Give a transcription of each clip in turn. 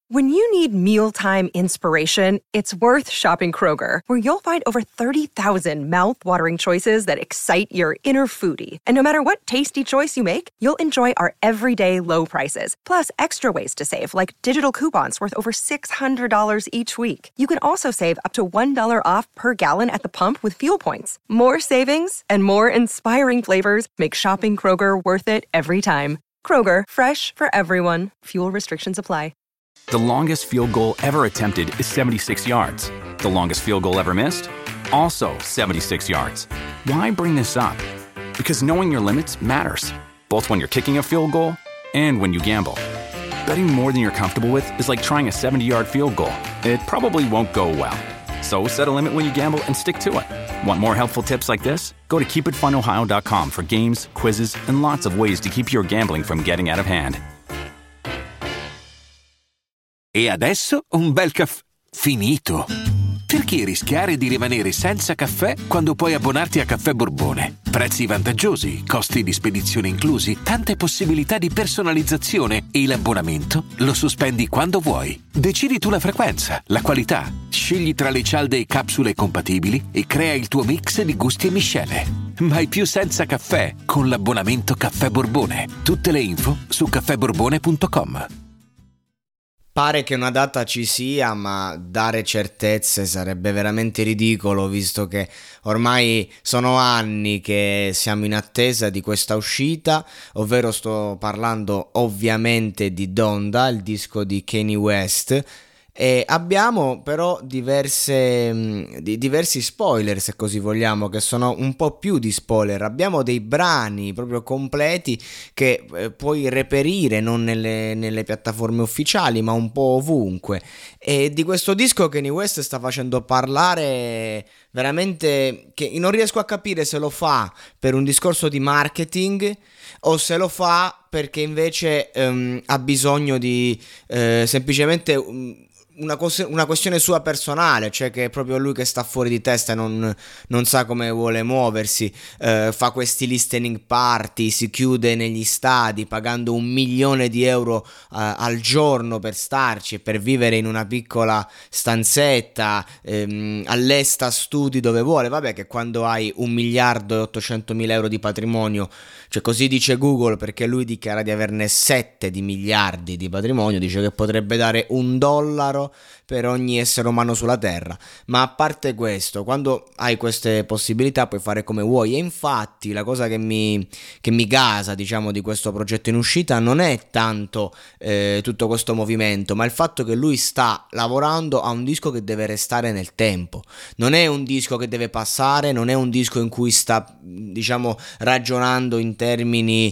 When you need mealtime inspiration, it's worth shopping Kroger, where you'll find over 30,000 mouth-watering choices that excite your inner foodie. And no matter what tasty choice you make, you'll enjoy our everyday low prices, plus extra ways to save, like digital coupons worth over $600 each week. You can also save up to $1 off per gallon at the pump with fuel points. More savings and more inspiring flavors make shopping Kroger worth it every time. Kroger, fresh for everyone. Fuel restrictions apply. The longest field goal ever attempted is 76 yards. The longest field goal ever missed? Also 76 yards. Why bring this up? Because knowing your limits matters, both when you're kicking a field goal and when you gamble. Betting more than you're comfortable with is like trying a 70-yard field goal. It probably won't go well. So set a limit when you gamble and stick to it. Want more helpful tips like this? Go to keepitfunohio.com for games, quizzes, and lots of ways to keep your gambling from getting out of hand. E adesso un bel caffè finito. Perché rischiare di rimanere senza caffè quando puoi abbonarti a Caffè Borbone? Prezzi vantaggiosi, costi di spedizione inclusi, tante possibilità di personalizzazione e l'abbonamento lo sospendi quando vuoi. Decidi tu la frequenza, la qualità, scegli tra le cialde e capsule compatibili e crea il tuo mix di gusti e miscele. Mai più senza caffè con l'abbonamento Caffè Borbone. Tutte le info su caffèborbone.com. Pare che una data ci sia, ma dare certezze sarebbe veramente ridicolo, visto che ormai sono anni che siamo in attesa di questa uscita, ovvero sto parlando ovviamente di Donda, il disco di Kanye West. E abbiamo però diversi spoiler, se così vogliamo, che sono un po' più di spoiler. Abbiamo dei brani proprio completi che puoi reperire non nelle piattaforme ufficiali, ma un po' ovunque. E di questo disco Kanye West sta facendo parlare veramente, che non riesco a capire se lo fa per un discorso di marketing o se lo fa perché invece ha bisogno di semplicemente una questione sua personale, cioè che è proprio lui che sta fuori di testa e non sa come vuole muoversi, fa questi listening party, si chiude negli stadi pagando 1 milione di euro al giorno per starci e per vivere in una piccola stanzetta, all'Esta studi dove vuole. Vabbè, che quando hai 1 miliardo e 800 mila euro di patrimonio, cioè così dice Google, perché lui dichiara di averne 7 di miliardi di patrimonio, dice che potrebbe dare $1 per ogni essere umano sulla terra. Ma a parte questo, quando hai queste possibilità puoi fare come vuoi. E infatti la cosa che mi gasa, diciamo, di questo progetto in uscita non è tanto tutto questo movimento, ma il fatto che lui sta lavorando a un disco che deve restare nel tempo. Non è un disco che deve passare, non è un disco in cui sta, diciamo, ragionando in termini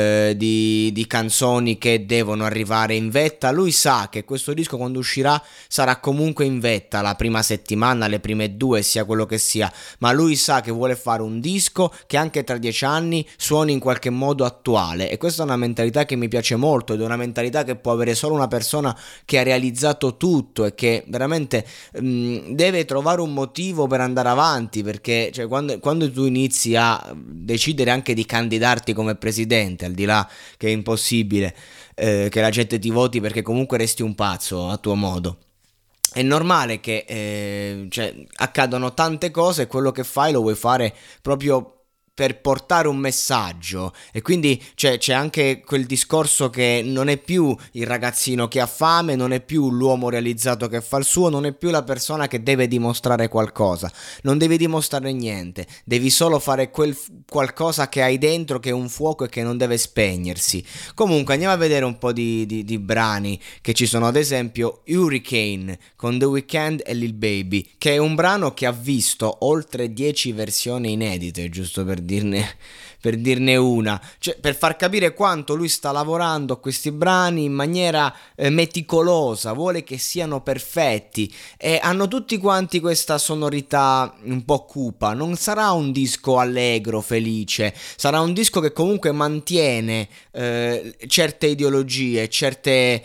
di canzoni che devono arrivare in vetta. Lui sa che questo disco, quando uscirà, sarà comunque in vetta la prima settimana, le prime 2, sia quello che sia, ma lui sa che vuole fare un disco che anche tra 10 anni suoni in qualche modo attuale. E questa è una mentalità che mi piace molto, ed è una mentalità che può avere solo una persona che ha realizzato tutto e che veramente deve trovare un motivo per andare avanti, perché cioè, quando tu inizi a decidere anche di candidarti come presidente, al di là che è impossibile che la gente ti voti, perché comunque resti un pazzo a tuo modo, è normale che cioè, accadano tante cose, e quello che fai lo vuoi fare proprio per portare un messaggio. E quindi c'è anche quel discorso che non è più il ragazzino che ha fame, non è più l'uomo realizzato che fa il suo, non è più la persona che deve dimostrare qualcosa. Non devi dimostrare niente, devi solo fare quel qualcosa che hai dentro, che è un fuoco e che non deve spegnersi. Comunque andiamo a vedere un po' di brani che ci sono. Ad esempio Hurricane con The Weeknd e Lil Baby, che è un brano che ha visto oltre 10 versioni inedite, giusto per dirne una, cioè per far capire quanto lui sta lavorando a questi brani in maniera meticolosa, vuole che siano perfetti, e hanno tutti quanti questa sonorità un po' cupa. Non sarà un disco allegro, felice, sarà un disco che comunque mantiene certe ideologie, certi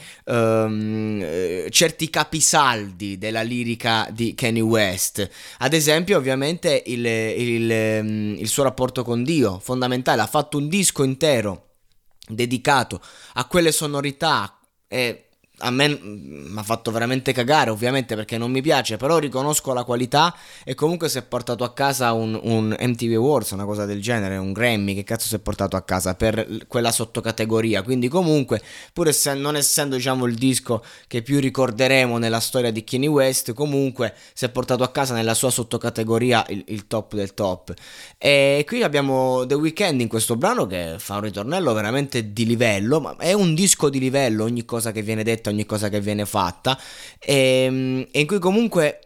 capisaldi della lirica di Kanye West. Ad esempio, ovviamente il suo rapporto con Dio, fondamentale. Ha fatto un disco intero dedicato a quelle sonorità, e a me mi ha fatto veramente cagare, ovviamente, perché non mi piace, però riconosco la qualità e comunque si è portato a casa un MTV Awards, una cosa del genere, un Grammy, che cazzo si è portato a casa per quella sottocategoria, quindi comunque, pur non essendo diciamo il disco che più ricorderemo nella storia di Kanye West, comunque si è portato a casa nella sua sottocategoria il top del top. E qui abbiamo The Weeknd in questo brano che fa un ritornello veramente di livello, ma è un disco di livello, ogni cosa che viene detta, ogni cosa che viene fatta, e in cui comunque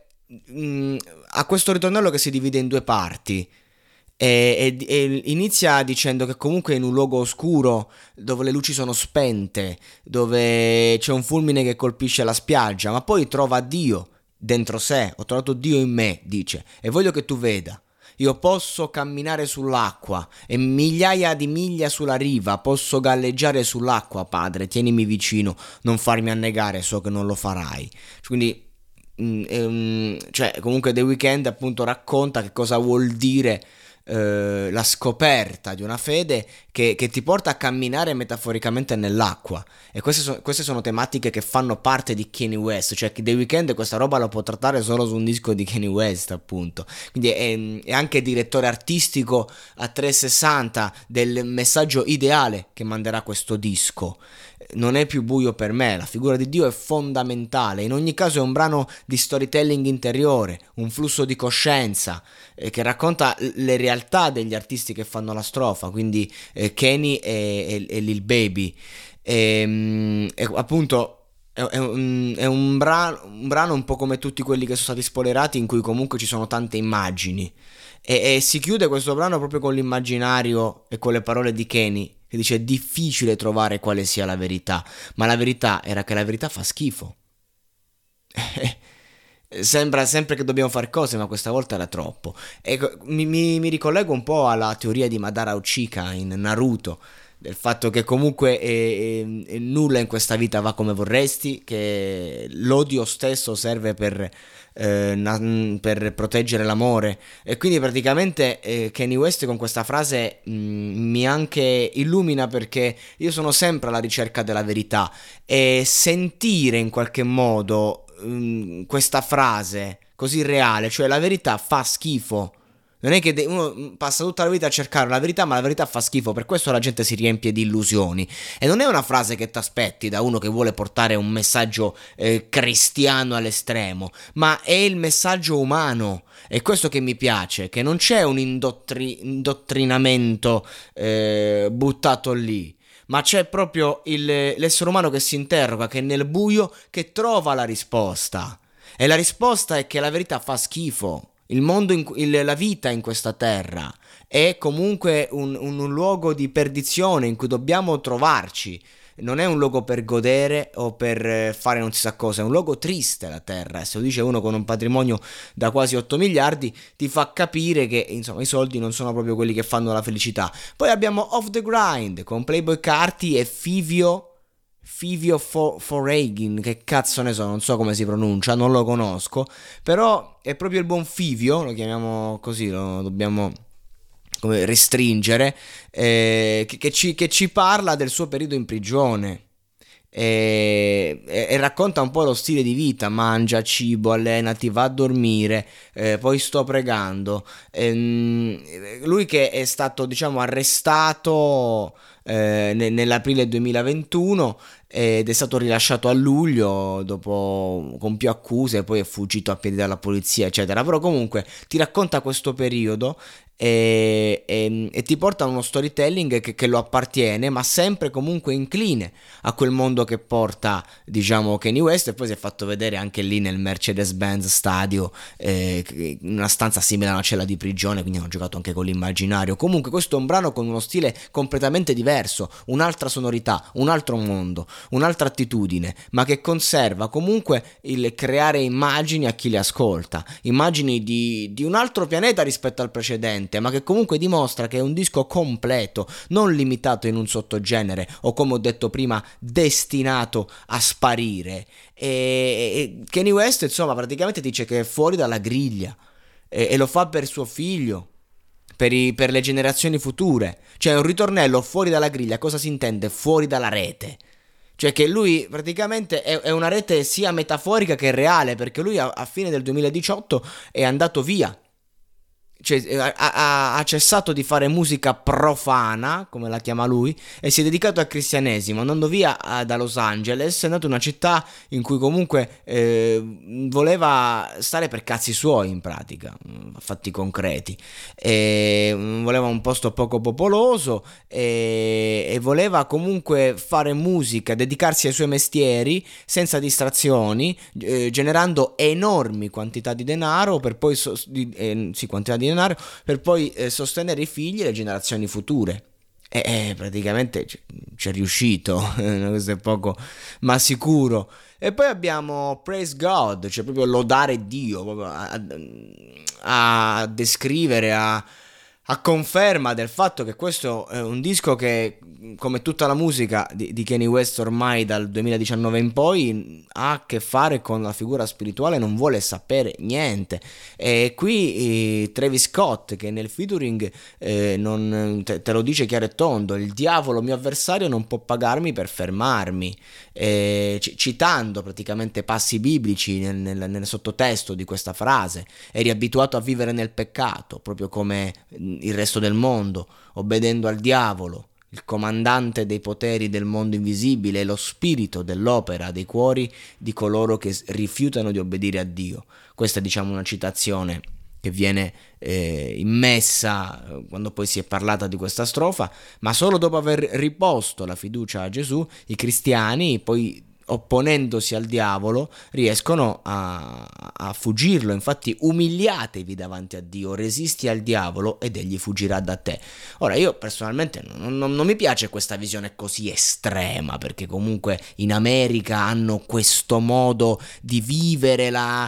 ha questo ritornello che si divide in due parti. E inizia dicendo che comunque in un luogo oscuro, dove le luci sono spente, dove c'è un fulmine che colpisce la spiaggia, ma poi trova Dio dentro sé. Ho trovato Dio in me, dice, e voglio che tu veda. Io posso camminare sull'acqua e migliaia di miglia sulla riva, posso galleggiare sull'acqua, Padre, tienimi vicino, non farmi annegare, so che non lo farai. Quindi, cioè, comunque The Weeknd appunto racconta che cosa vuol dire la scoperta di una fede che ti porta a camminare metaforicamente nell'acqua, e queste sono tematiche che fanno parte di Kanye West, cioè The Weeknd questa roba lo può trattare solo su un disco di Kanye West, appunto. Quindi è anche direttore artistico a 360 del messaggio ideale che manderà questo disco. Non è più buio per me, la figura di Dio è fondamentale, in ogni caso è un brano di storytelling interiore, un flusso di coscienza che racconta le realtà degli artisti che fanno la strofa, quindi Kanye e Lil Baby, e appunto è un brano un po' come tutti quelli che sono stati spoilerati, in cui comunque ci sono tante immagini, e si chiude questo brano proprio con l'immaginario e con le parole di Kanye che dice: è difficile trovare quale sia la verità, ma la verità era che la verità fa schifo. Sembra sempre che dobbiamo fare cose, ma questa volta era troppo. Ecco, mi ricollego un po' alla teoria di Madara Uchiha in Naruto, del fatto che comunque nulla in questa vita va come vorresti, che l'odio stesso serve per proteggere l'amore, e quindi praticamente Kanye West con questa frase mi anche illumina, perché io sono sempre alla ricerca della verità, e sentire in qualche modo questa frase così reale, cioè la verità fa schifo. Non è che uno passa tutta la vita a cercare la verità, ma la verità fa schifo, per questo la gente si riempie di illusioni. E non è una frase che ti aspetti da uno che vuole portare un messaggio cristiano all'estremo, ma è il messaggio umano. È questo che mi piace, che non c'è un indottrinamento buttato lì, ma c'è proprio l'essere umano che si interroga, che è nel buio, che trova la risposta. E la risposta è che la verità fa schifo. Il mondo, la vita in questa terra è comunque un luogo di perdizione in cui dobbiamo trovarci. Non è un luogo per godere o per fare non si sa cosa, è un luogo triste la terra. E se lo dice uno con un patrimonio da quasi 8 miliardi, ti fa capire che insomma i soldi non sono proprio quelli che fanno la felicità. Poi abbiamo Off the Grind con Playboi Carti e Fivio Foreign, che cazzo ne so, non so come si pronuncia, non lo conosco, però è proprio il buon Fivio, lo chiamiamo così, lo dobbiamo come restringere, che ci parla del suo periodo in prigione. E racconta un po' lo stile di vita: mangia, cibo, allenati, va a dormire, poi sto pregando. Lui che è stato diciamo arrestato nell'aprile 2021 ed è stato rilasciato a luglio dopo, con più accuse, e poi è fuggito a piedi dalla polizia eccetera. Però comunque ti racconta questo periodo e ti porta a uno storytelling che lo appartiene, ma sempre comunque incline a quel mondo che porta diciamo Kanye West. E poi si è fatto vedere anche lì nel Mercedes-Benz Stadio, una stanza simile a una cella di prigione, quindi hanno giocato anche con l'immaginario. Comunque questo è un brano con uno stile completamente diverso, un'altra sonorità, un altro mondo, un'altra attitudine, ma che conserva comunque il creare immagini a chi le ascolta, immagini di un altro pianeta rispetto al precedente, ma che comunque dimostra che è un disco completo, non limitato in un sottogenere o, come ho detto prima, destinato a sparire. E Kanye West insomma praticamente dice che è fuori dalla griglia, e lo fa per suo figlio, per le generazioni future. Cioè un ritornello fuori dalla griglia, cosa si intende? Fuori dalla rete. Cioè che lui praticamente è una rete sia metaforica che reale, perché lui a fine del 2018 è andato via. Cioè, ha cessato di fare musica profana, come la chiama lui, e si è dedicato al cristianesimo, andando via da Los Angeles, è andato in una città in cui comunque voleva stare per cazzi suoi, in pratica, fatti concreti, voleva un posto poco popoloso e voleva comunque fare musica, dedicarsi ai suoi mestieri senza distrazioni, generando enormi quantità di denaro per poi per poi sostenere i figli e le generazioni future. E praticamente ci è riuscito, questo è poco ma sicuro. E poi abbiamo Praise God, cioè proprio lodare Dio, proprio a descrivere, a conferma del fatto che questo è un disco che, come tutta la musica di Kanye West ormai dal 2019 in poi, ha a che fare con la figura spirituale, non vuole sapere niente. E qui Travis Scott, che nel featuring te lo dice chiaro e tondo: il diavolo mio avversario non può pagarmi per fermarmi, citando praticamente passi biblici nel sottotesto di questa frase. Eri abituato a vivere nel peccato, proprio come il resto del mondo, obbedendo al diavolo, il comandante dei poteri del mondo invisibile e lo spirito dell'opera dei cuori di coloro che rifiutano di obbedire a Dio. Questa è, diciamo, una citazione che viene immessa quando poi si è parlata di questa strofa, ma solo dopo aver riposto la fiducia a Gesù, i cristiani, poi opponendosi al diavolo, riescono a fuggirlo. Infatti, umiliatevi davanti a Dio, resisti al diavolo ed egli fuggirà da te. Ora, io personalmente non mi piace questa visione così estrema, perché comunque in America hanno questo modo di vivere la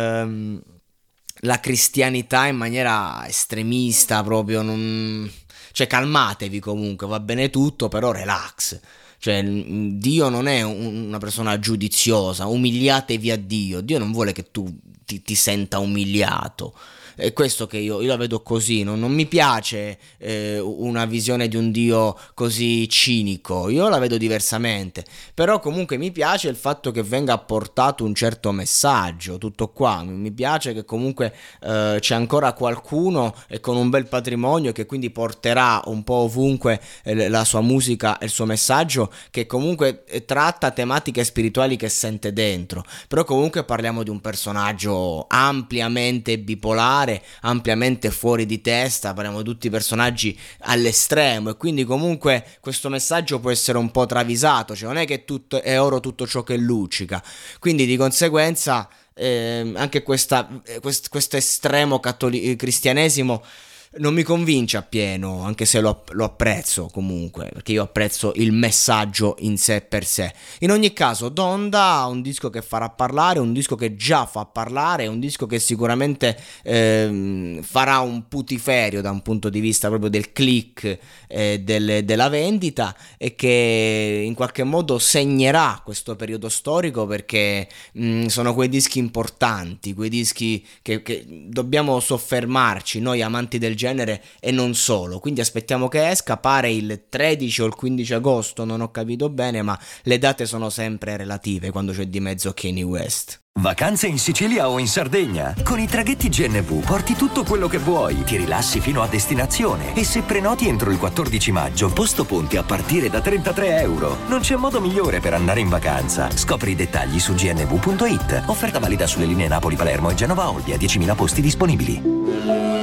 cristianità in maniera estremista, proprio cioè calmatevi, comunque va bene tutto, però relax. Cioè, Dio non è una persona giudiziosa, umiliatevi a Dio. Dio non vuole che tu ti senta umiliato. È questo che io la vedo così, non mi piace una visione di un Dio così cinico, io la vedo diversamente, però comunque mi piace il fatto che venga apportato un certo messaggio, tutto qua. Mi piace che comunque c'è ancora qualcuno con un bel patrimonio che quindi porterà un po' ovunque la sua musica e il suo messaggio, che comunque tratta tematiche spirituali che sente dentro, però comunque parliamo di un personaggio ampiamente bipolare, ampiamente fuori di testa, parliamo di tutti i personaggi all'estremo, e quindi comunque questo messaggio può essere un po' travisato, cioè non è che tutto è oro tutto ciò che luccica, quindi di conseguenza anche questo estremo cristianesimo non mi convince appieno, anche se lo apprezzo comunque, perché io apprezzo il messaggio in sé per sé. In ogni caso, Donda, un disco che farà parlare, un disco che già fa parlare, un disco che sicuramente farà un putiferio da un punto di vista proprio del click, della vendita, e che in qualche modo segnerà questo periodo storico, perché sono quei dischi importanti, quei dischi che dobbiamo soffermarci noi amanti del genere e non solo. Quindi aspettiamo che esca, pare il 13 o il 15 agosto, non ho capito bene, ma le date sono sempre relative quando c'è di mezzo Kanye West. Vacanze in Sicilia o in Sardegna? Con i traghetti GNV porti tutto quello che vuoi, ti rilassi fino a destinazione, e se prenoti entro il 14 maggio, posto ponti a partire da €33. Non c'è modo migliore per andare in vacanza. Scopri i dettagli su gnv.it. Offerta valida sulle linee Napoli-Palermo e Genova-Olbia, 10.000 posti disponibili.